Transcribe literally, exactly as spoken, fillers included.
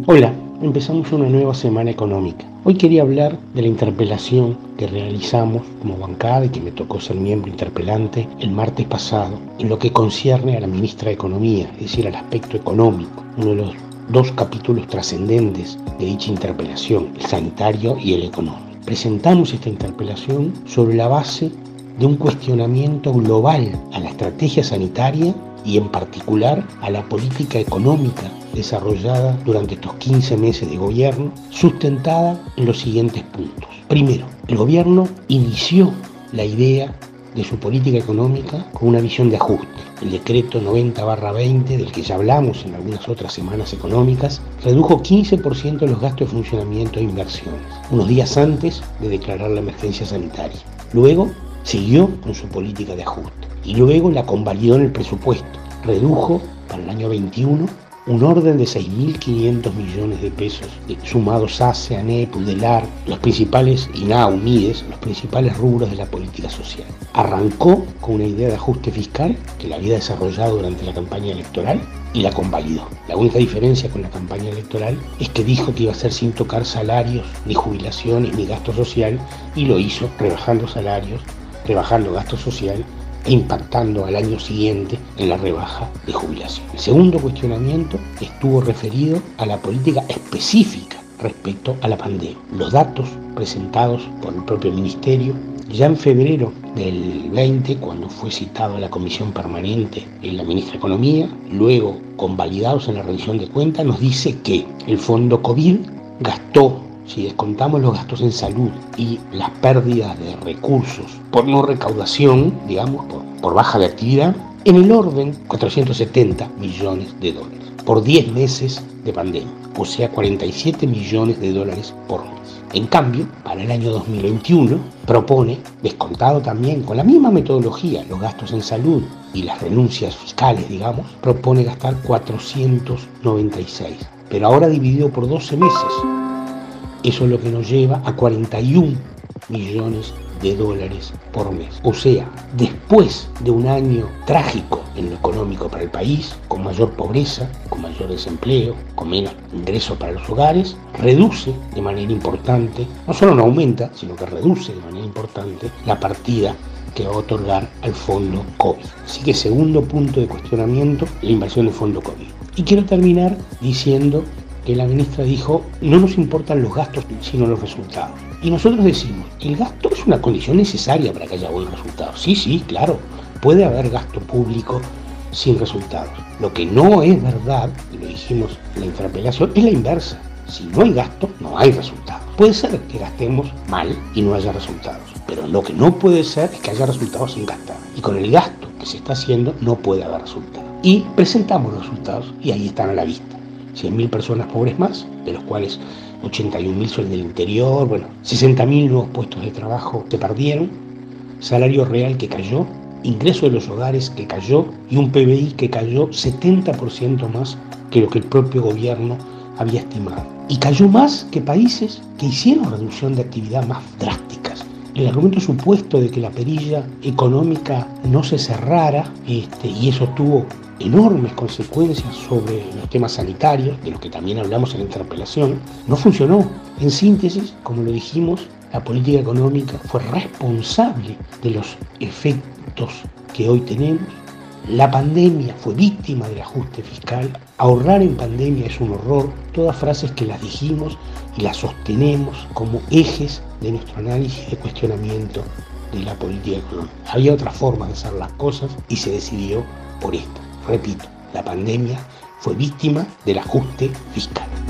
Hola, empezamos una nueva semana económica. Hoy quería hablar de la interpelación que realizamos como bancada y que me tocó ser miembro interpelante el martes pasado en lo que concierne a la ministra de Economía, es decir, al aspecto económico, uno de los dos capítulos trascendentes de dicha interpelación, el sanitario y el económico. Presentamos esta interpelación sobre la base de un cuestionamiento global a la estrategia sanitaria y en particular a la política económica desarrollada durante estos quince meses de gobierno, sustentada en los siguientes puntos. Primero, el gobierno inició la idea de su política económica con una visión de ajuste. El decreto noventa barra veinte, del que ya hablamos en algunas otras semanas económicas, redujo quince por ciento los gastos de funcionamiento e inversiones, unos días antes de declarar la emergencia sanitaria. Luego, siguió con su política de ajuste y luego la convalidó en el presupuesto. Redujo para el año veintiuno un orden de seis mil quinientos millones de pesos, sumados a ACE, ANEP, UDELAR, los principales, INAU, MIDES, los principales rubros de la política social. Arrancó con una idea de ajuste fiscal que la había desarrollado durante la campaña electoral y la convalidó. La única diferencia con la campaña electoral es que dijo que iba a ser sin tocar salarios, ni jubilaciones, ni gasto social, y lo hizo rebajando salarios, rebajando gasto social e impactando al año siguiente en la rebaja de jubilación. El segundo cuestionamiento estuvo referido a la política específica respecto a la pandemia. Los datos presentados por el propio ministerio ya en febrero del veinte, cuando fue citado a la comisión permanente en la ministra de Economía, luego convalidados en la revisión de cuentas, nos dice que el fondo COVID gastó, si descontamos los gastos en salud y las pérdidas de recursos por no recaudación, digamos, por, por baja de actividad, en el orden cuatrocientos setenta millones de dólares por diez meses de pandemia, o sea, cuarenta y siete millones de dólares por mes. En cambio, para el año dos mil veintiuno propone, descontado también con la misma metodología, los gastos en salud y las renuncias fiscales, digamos, propone gastar cuatrocientos noventa y seis, pero ahora dividido por doce meses. Eso es lo que nos lleva a cuarenta y un millones de dólares por mes. O sea, después de un año trágico en lo económico para el país, con mayor pobreza, con mayor desempleo, con menos ingresos para los hogares, reduce de manera importante, no solo no aumenta, sino que reduce de manera importante la partida que va a otorgar al fondo COVID. Así que segundo punto de cuestionamiento, la inversión del fondo COVID. Y quiero terminar diciendo que la ministra dijo, no nos importan los gastos, sino los resultados. Y nosotros decimos, el gasto es una condición necesaria para que haya buenos resultados. Sí, sí, claro, puede haber gasto público sin resultados. Lo que no es verdad, y lo dijimos en la interpelación, es la inversa. Si no hay gasto, no hay resultados. Puede ser que gastemos mal y no haya resultados, pero lo que no puede ser es que haya resultados sin gastar. Y con el gasto que se está haciendo, no puede haber resultados. Y presentamos los resultados y ahí están a la vista. cien mil personas pobres más, de los cuales ochenta y un mil son del interior, bueno, sesenta mil nuevos puestos de trabajo se perdieron, salario real que cayó, ingreso de los hogares que cayó y un P B I que cayó setenta por ciento más que lo que el propio gobierno había estimado. Y cayó más que países que hicieron reducción de actividad más drásticas. El argumento supuesto de que la perilla económica no se cerrara, este, y eso tuvo enormes consecuencias sobre los temas sanitarios, de los que también hablamos en la interpelación, no funcionó. En síntesis, como lo dijimos, la política económica fue responsable de los efectos que hoy tenemos. La pandemia fue víctima del ajuste fiscal. Ahorrar en pandemia es un horror. Todas frases que las dijimos y las sostenemos como ejes de nuestro análisis de cuestionamiento de la política económica. Había otra forma de hacer las cosas y se decidió por esta. Repito, la pandemia fue víctima del ajuste fiscal.